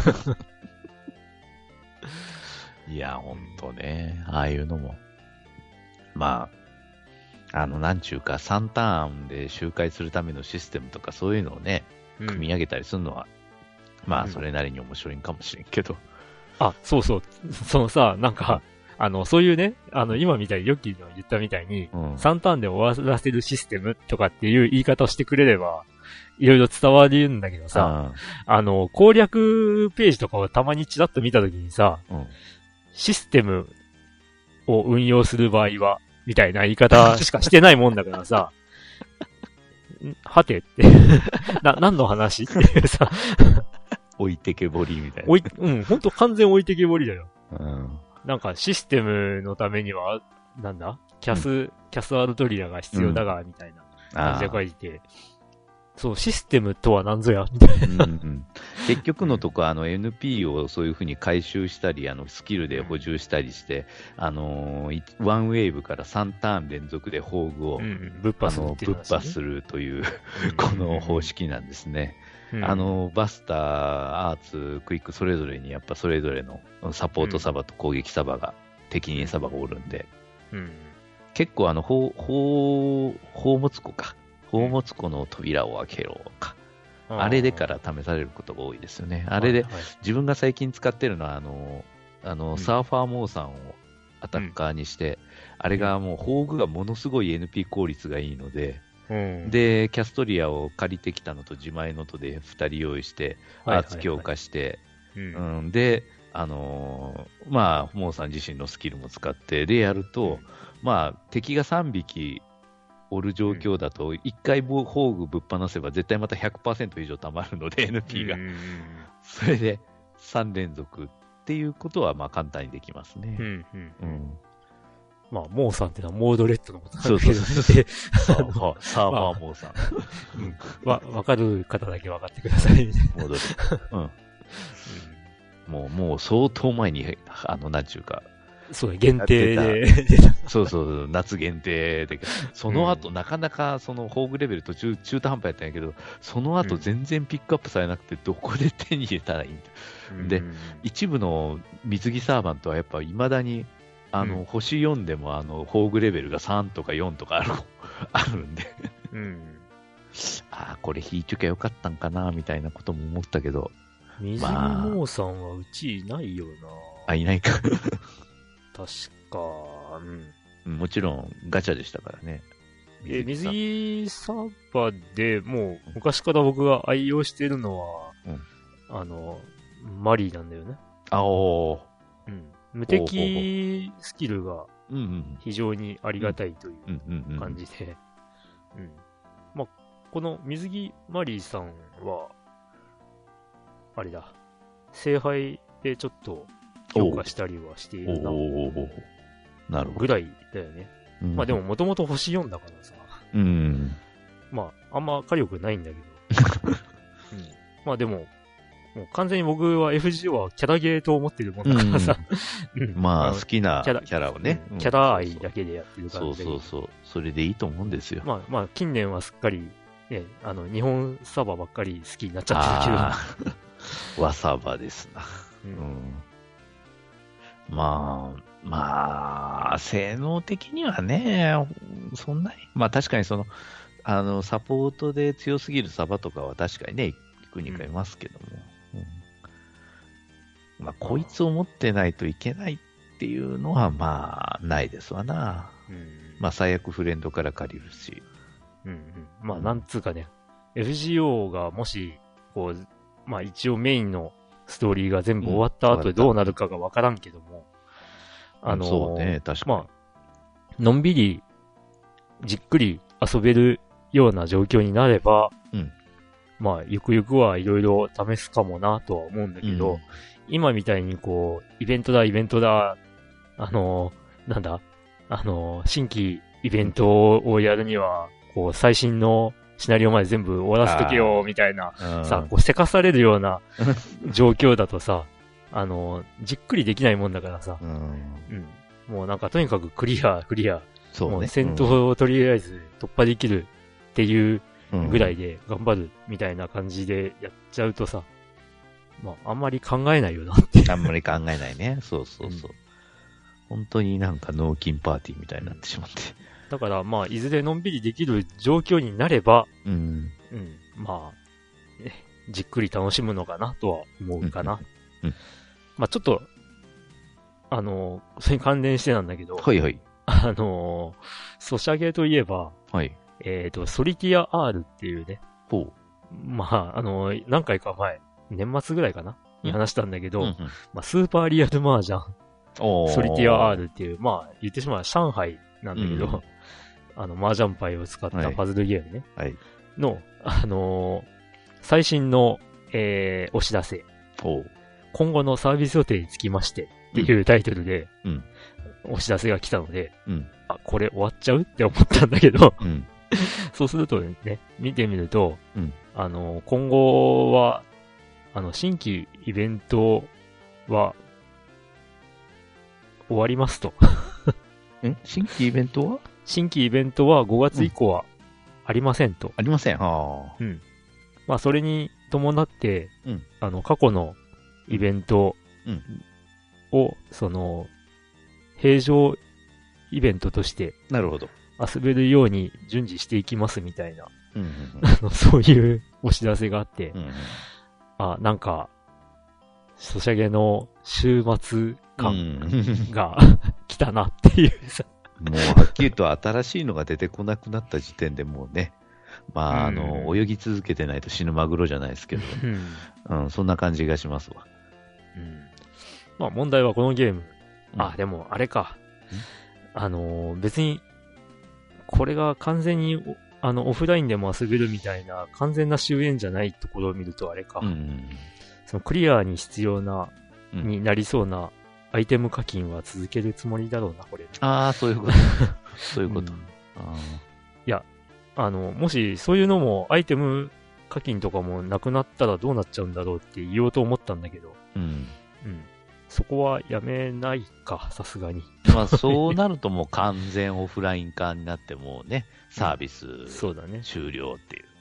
S2: いや、ほんとね。ああいうのも。まあ、なんちゅうか、3ターンで周回するためのシステムとかそういうのをね、組み上げたりするのは、まあ、それなりに面白いんかもしれんけど。
S1: そうそう。そのさ、なんか、そういうね、今みたいに、ヨッキーの言ったみたいに、3ターンで終わらせるシステムとかっていう言い方をしてくれれば、いろいろ伝わるんだけどさ、攻略ページとかをたまにチラッと見たときにさ、システムを運用する場合は、みたいな言い方しかしてないもんだからさ、はてって何の話っていうさ、
S2: 置いてけぼりみたい
S1: な。ほんと完全置いてけぼりだよ。なんかシステムのためには、なんだキャスアルトリアが必要だが、みたいな感じで書いて、そう、システムとは何ぞやみたいな。
S2: 結局のとこ、NP をそういうふうに回収したり、スキルで補充したりして、ワンウェーブから3ターン連続で宝具を、
S1: ぶっ破
S2: するという、この方式なんですね。バスター、アーツ、クイックそれぞれにやっぱそれぞれのサポートサバと攻撃サバが、適任サバがおるんで、結構宝物庫か。宝物庫の扉を開けろか。あれでから試されることが多いですよね。あれで、自分が最近使ってるのは、サーファーモーさんをアタッカーにして、あれがもう宝具がものすごい NP 効率がいいので、で、キャストリアを借りてきたのと自前のとで2人用意して、アーツ強化して、で、モーさん自身のスキルも使って、でやると、敵が3匹おる状況だと、1回宝具ぶっ放せば絶対また 100% 以上溜まるので、NP が。それで3連続っていうことは簡単にできますね。
S1: モーさんってのはモードレッドのことなん
S2: だけど、サーファーモーさ
S1: ん。わかる方だけ分かってください、みたいな。
S2: モードレッド。もう相当前に、なんちゅうか。
S1: そう、限定で。
S2: そう、夏限定で。その後、なかなか、宝具レベル途中、中途半端やったんやけど、その後全然ピックアップされなくて、どこで手に入れたらいいんだ。で、一部の水着サーバントはやっぱ未だに、星4でも宝具レベルが3とか4とかあるんで。これ引いときゃよかったんかな、みたいなことも思ったけど。
S1: 水着モーさんはうちいないよな。
S2: いないか。
S1: 確か、
S2: もちろんガチャでしたからね。
S1: 水着サーバーでもう昔から僕が愛用しているのは、マリーなんだよね。無敵スキルが非常にありがたいという感じで。この水着マリーさんは、あれだ、聖杯でちょっと強化したりはしているな。
S2: なるほど。
S1: ぐらいだよね。でももともと星4だからさ。あんま火力ないんだけど。でも、もう完全に僕は FGO はキャラゲーと思ってるもんだからさ。
S2: 好きなキャラをね。
S1: キャラ愛だけでやってるからね。
S2: そう。それでいいと思うんですよ。
S1: 近年はすっかり、ね、日本サーバーばっかり好きになっちゃってるけ
S2: ど。和サーバーですな。性能的にはね、そんなに。確かにサポートで強すぎるサバとかは確かにね、いくにかいますけども。こいつを持ってないといけないっっていうのは、まあ、ないですわな。まあ、最悪フレンドから借りるし。
S1: まあ、なんつうかね、FGO がもし、こう、まあ一応メインのストーリーが全部終わった後でどうなるかがわからんけども、
S2: そうね、確かに。
S1: まあ、のんびり、じっくり遊べるような状況になれば、まあ、ゆくゆくはいろいろ試すかもなとは思うんだけど、今みたいにこう、イベントだ、なんだ、新規イベントをやるには、こう、最新のシナリオまで全部終わらせとけよ、みたいな、さ、こう、せかされるような状況だとさ、じっくりできないもんだからさ、もうなんかとにかくクリア、
S2: そうね、
S1: もう戦闘をとりあえず突破できるっていうぐらいで頑張るみたいな感じでやっちゃうとさ、まあ、あんまり考えないよなって。
S2: あんまり考えないね。そう。本当になんか脳筋パーティーみたいになってしまって。
S1: だからまあ、いずれのんびりできる状況になれば、まあ、じっくり楽しむのかなとは思うかな。まあちょっと、それに関連してなんだけど、
S2: はいはい。
S1: ソシャゲといえば、
S2: はい。
S1: ソリティア R っていうね、まあ、何回か前、年末ぐらいかなに話したんだけど、まあ、スーパーリアルマージャン、ソリティア R っていう、まあ、言ってしまう上海なんだけど、麻雀牌を使ったパズルゲームね、の、最新の、お知らせ。今後のサービス予定につきましてっていうタイトルで、お知らせが来たので、あ、これ終わっちゃうって思ったんだけど、そうするとね、見てみると、今後は、新規イベントは終わりますと。
S2: 新規イベントは
S1: 新規イベントは5月以降はありませんと。
S2: ありません。
S1: まあ、それに伴って、過去のイベントを、平常イベントとして、
S2: なるほど。
S1: 遊べるように順次していきますみたいな、そういうお知らせがあって、なんか、ソシャゲの週末感が来たなっていうさ。
S2: もうはっきりと新しいのが出てこなくなった時点でもうね、まあ、泳ぎ続けてないと死ぬマグロじゃないですけど、そんな感じがしますわ。
S1: まあ問題はこのゲーム。でもあれか。別に、これが完全に、オフラインでも遊べるみたいな完全な終焉じゃないところを見るとあれか。そのクリアに必要な、になりそうなアイテム課金は続けるつもりだろうな、これ。
S2: そういうこと。そういうこと。
S1: いや、もしそういうのもアイテム課金とかもなくなったらどうなっちゃうんだろうって言おうと思ったんだけど。そこはやめないか、さすがに。
S2: まあそうなるともう完全オフライン化になってもね、サービス終了っていう。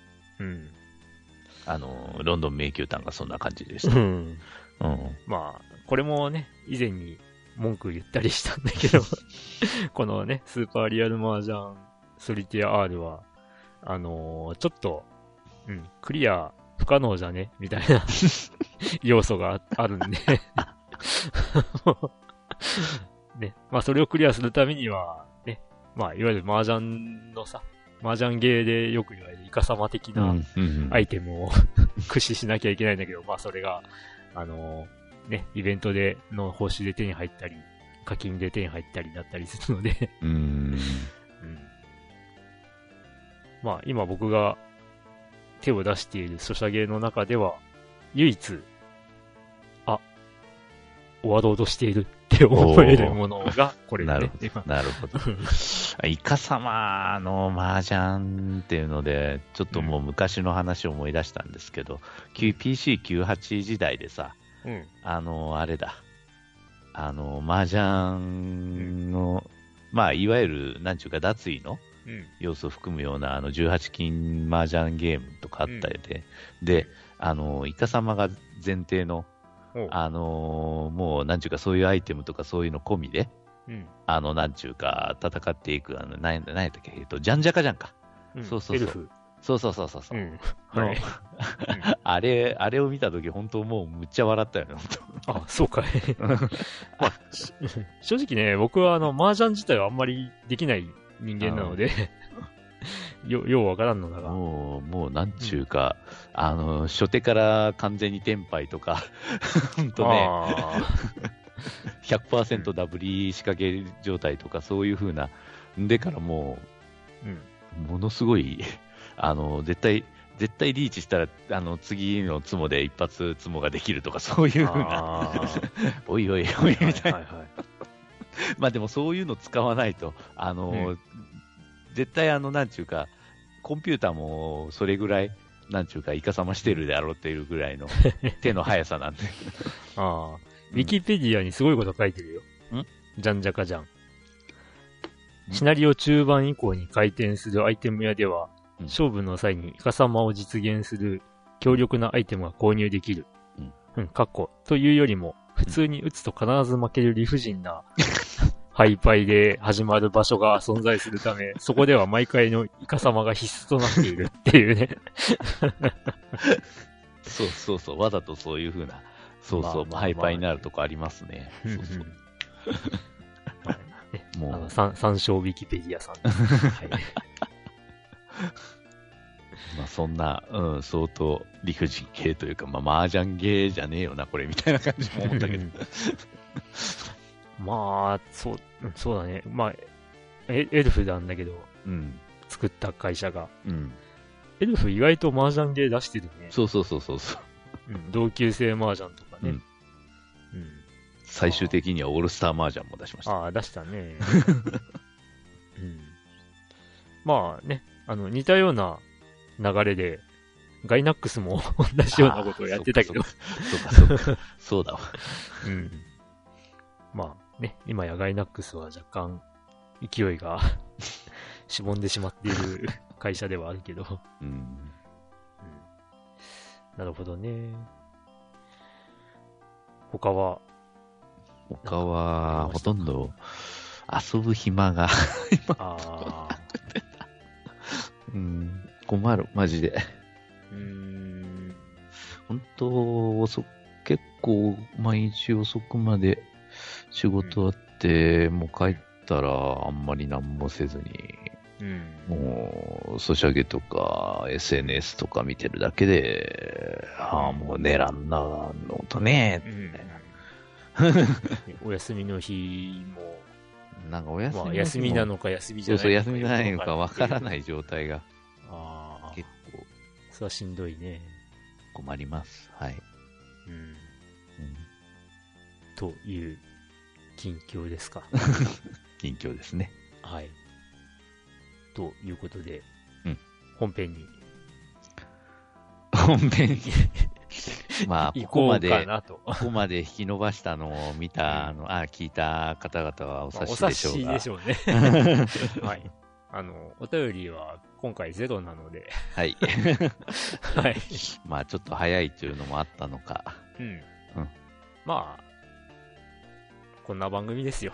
S2: ロンドン迷宮譚がそんな感じでした。まあ、これもね、以前に文句言ったりしたんだけど、このね、スーパーリアルマージャンソリティア R は、ちょっと、クリア不可能じゃねみたいな要素があるんでね、まあそれをクリアするためには、ね、まあいわゆる麻雀のさ、麻雀ゲーでよく言われるイカ様的なアイテムを駆使しなきゃいけないんだけど、まあそれが、ね、イベントでの報酬で手に入ったり、課金で手に入ったりだったりするのでまあ今僕が手を出しているソシャゲの中では、唯一、終わろうとしているって思えるものがこれね。 なるほど。イカ様の麻雀っていうので、ちょっともう昔の話を思い出したんですけど、PC98 時代でさ、あれだ。麻雀の、まあ、いわゆる、なんちゅうか、脱衣の要素を含むような、18金麻雀ゲームとかあったりで、イカ様が前提の、もう、なんちゅうか、そういうアイテムとかそういうの込みで、なんちゅうか、戦っていく、何やったっけ、ジャンジャカジャンか。
S1: そう。エルフ。
S2: そうそうそうそう。
S1: うん。はい。
S2: あれを見たとき、本当もうむっちゃ笑ったよね、
S1: あ、そうかい。まあ、正直ね、僕は麻雀自体はあんまりできない人間なので、ようわからんのだが。
S2: もうなんちゅうか、初手から完全にテンパイとか、本当ね、100% ダブリ仕掛け状態とか、そういう風な、でからもう、ものすごい、絶対リーチしたら、次のツモで一発ツモができるとか、そういう風な、おいおいおい、みたいな。まあでもそういうの使わないと、絶対なんちゅうか、コンピューターもそれぐらい、なんちゅうか、イカサマしてるであろうっていうぐらいの手の速さなんで。
S1: ウィキペディアにすごいこと書いてるよ。じゃんじゃかじゃん。シナリオ中盤以降に回転するアイテム屋では、勝負の際にイカサマを実現する強力なアイテムが購入できる。というよりも、普通に打つと必ず負ける理不尽な、ハイパイで始まる場所が存在するため、そこでは毎回のイカサマが必須となっているっていうね。
S2: そう、わざとそういう風な、ハイパイになるとこありますね。
S1: もう参照ウィキペディアさんです。はい。
S2: まあそんな、相当理不尽系というか、麻雀ゲーじゃねえよな、これ、みたいな感じも思ったけど。
S1: まあ、そうだね。まあ、エルフなんだけど、作った会社が。エルフ意外と麻雀ゲー出してるね。
S2: そう。
S1: 同級生麻雀とかね。
S2: 最終的にはオールスター麻雀も出しました。
S1: 出したね。まあね、似たような流れで、ガイナックスも同じようなことをやってたけど。
S2: そうだわ。
S1: まあね、今やガイナックスは若干勢いがしぼんでしまっている会社ではあるけど。なるほどね。他は
S2: ほとんど遊ぶ暇が困る、マジで。本当、結構毎日遅くまで仕事あって、もう帰ったらあんまり何もせずに、もうソシャゲとか SNS とか見てるだけで、もう寝らんなのとね、
S1: お休みの日も、
S2: なんかお休みの日も、
S1: 休みなのか休みじゃないのか。
S2: 休みじゃないのかわからない状態が。結構。
S1: それはしんどいね。
S2: 困ります。はい。
S1: という近況ですか。
S2: 近況ですね。
S1: はい。ということで、本編に。
S2: まあ、ここまで引き伸ばしたのを見た、聞いた方々はお察しでしょうが。
S1: お察しでしょうね。はい。お便りは今回ゼロなので。
S2: はい。
S1: はい。
S2: まあ、ちょっと早いというのもあったのか。
S1: まあ、こんな番組ですよ。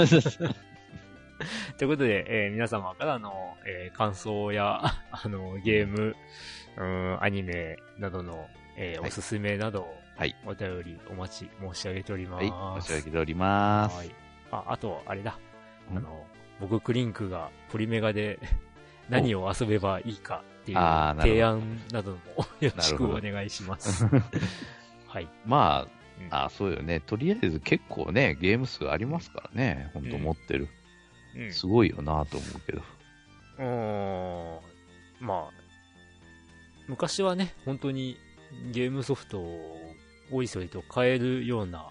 S1: ということで、皆様からの、感想や、ゲーム、アニメなどの、おすすめなどを、お便りお待ち申し上げております。
S2: はい、申し上げております。
S1: あと、あれだ。僕、クリンクがポリメガで何を遊べばいいかっていう提案などもよろしくお願いします。はい。
S2: まあ、そうよね。とりあえず結構ね、ゲーム数ありますからね。ほんと持ってる。すごいよなと思うけど。
S1: まあ、昔はね、本当にゲームソフトをおいそれと買えるような、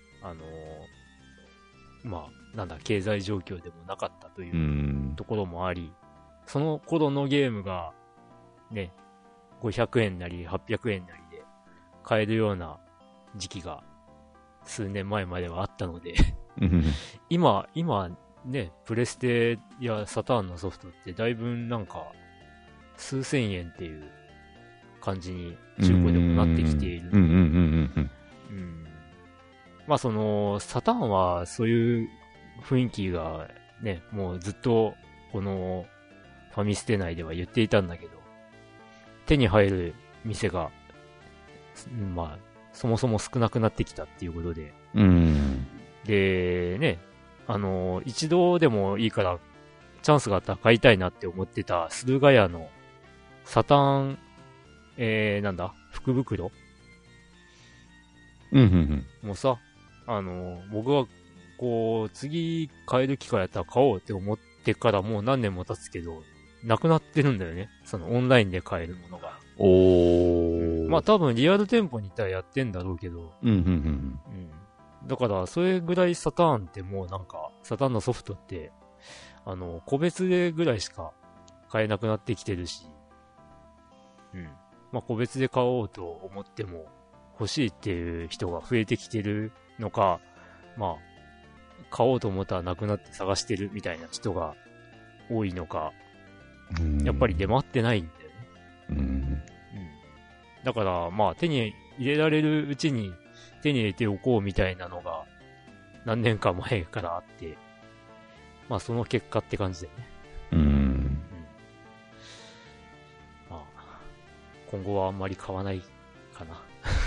S1: 経済状況でもなかったというところもあり、その頃のゲームが、ね、500円なり800円なりで買えるような時期が数年前まではあったので今ね、プレステやサターンのソフトってだいぶなんか数千円っていう感じに中古でもなってきている。まあそのサターンはそういう雰囲気がね、もうずっとこのファミステ内では言っていたんだけど、 手に入る店が、まあ、そもそも少なくなってきたっていうことで。で、ね、一度でもいいから、チャンスがあったら買いたいなって思ってた、駿河屋のサタン、なんだ福袋もうさ、僕は、こう、次買える機会やったら買おうって思ってからもう何年も経つけど、なくなってるんだよね。そのオンラインで買えるものが。まあ多分リアル店舗に行ったらやってんだろうけど。だから、それぐらいサターンってもうなんか、サターンのソフトって、個別でぐらいしか買えなくなってきてるし、まあ個別で買おうと思っても欲しいっていう人が増えてきてるのか、まあ、買おうと思ったらなくなって探してるみたいな人が多いのか、やっぱり出回ってないんだよね。だから、まあ手に入れられるうちに手に入れておこうみたいなのが何年か前からあって、まあその結果って感じだよね。まあ、今後はあんまり買わないかな。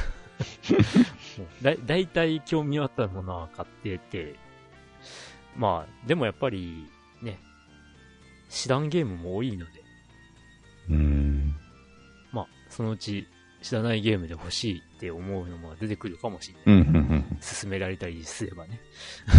S1: だいたい興味あったものは買ってて、まあ、でもやっぱりね、知らんゲームも多いので、まあ、そのうち知らないゲームで欲しいって思うのも出てくるかもしれない。勧められたりすればね。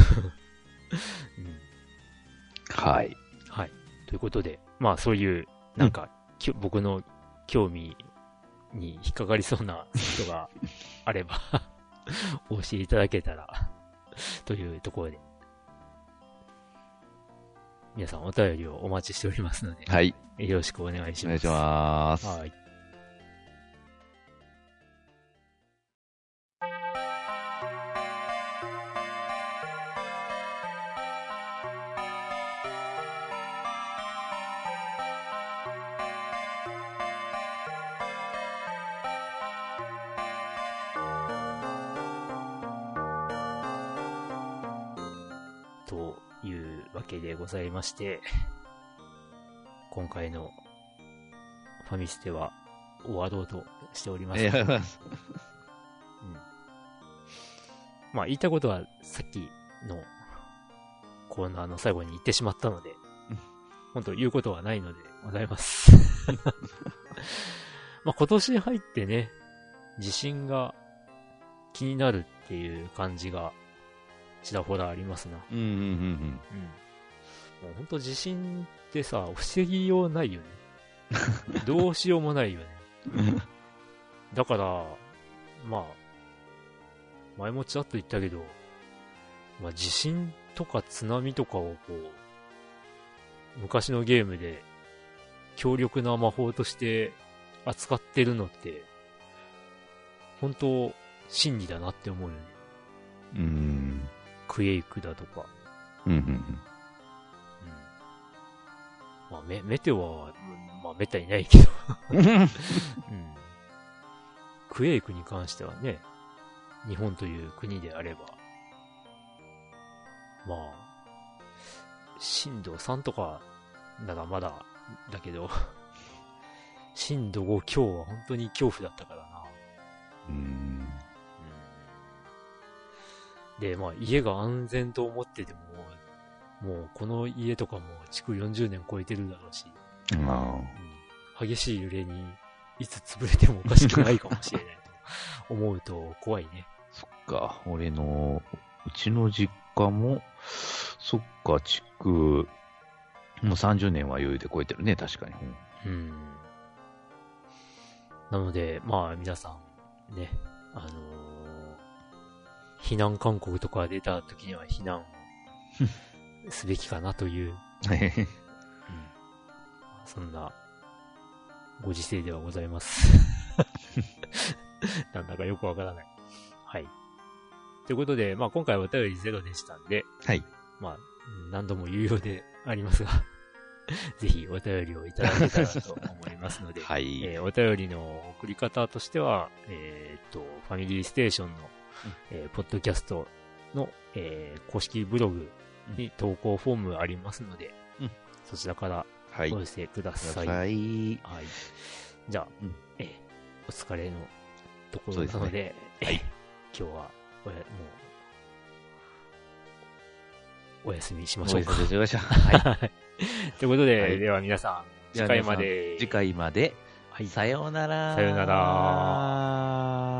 S2: はい。
S1: はい。ということで、まあそういう、なんか、僕の興味に引っかかりそうなことがあればお教えいただけたらというところで、皆さんお便りをお待ちしておりますので、
S2: はい。
S1: よろしくお願いします。
S2: お願いします。
S1: はい。というわけでございまして、今回のファミステは終わろうとしております。まあ言いたいことはさっきのコーナーの最後に言ってしまったので、本当言うことはないのでございます。まあ今年入ってね、地震が気になるっていう感じがちらほらありますな。もう本当地震ってさ、防ぎようないよね。どうしようもないよね。だから、まあ、前もちらっと言ったけど、まあ地震とか津波とかをこう、昔のゲームで強力な魔法として扱ってるのって、本当真理だなって思うよね。クエイクだとか。まあ、メテオは、まあ、めったにないけど、クエイクに関してはね、日本という国であれば、まあ、震度3とかならまだだけど、震度5強は本当に恐怖だったからな。で、まあ家が安全と思っててもうこの家とかも築40年超えてるだろうし、激しい揺れにいつ潰れてもおかしくないかもしれないと思うと怖いね。
S2: そっか、うちの実家も、そっか、築、もう30年は余裕で超えてるね、確かに。
S1: なので、まあ皆さん、ね、避難勧告とか出た時には避難すべきかなという、そんなご時世ではございます。なんだかよくわからない。はい。ということで、まあ今回はお便り0でしたんで、
S2: はい。
S1: まあ何度も言うようでありますが、ぜひお便りをいただけたらと思いますので、
S2: はい。
S1: お便りの送り方としては、ファミリーステーションのポッドキャストの、公式ブログに投稿フォームありますので、そちらからお寄せください。
S2: はい。
S1: はい。 じゃあ、お疲れのところなので、今日はもうお休みしましょうか。
S2: お休みしましょう。はい。
S1: ということで、では皆さん、次回まで。
S2: さようなら。
S1: さようなら。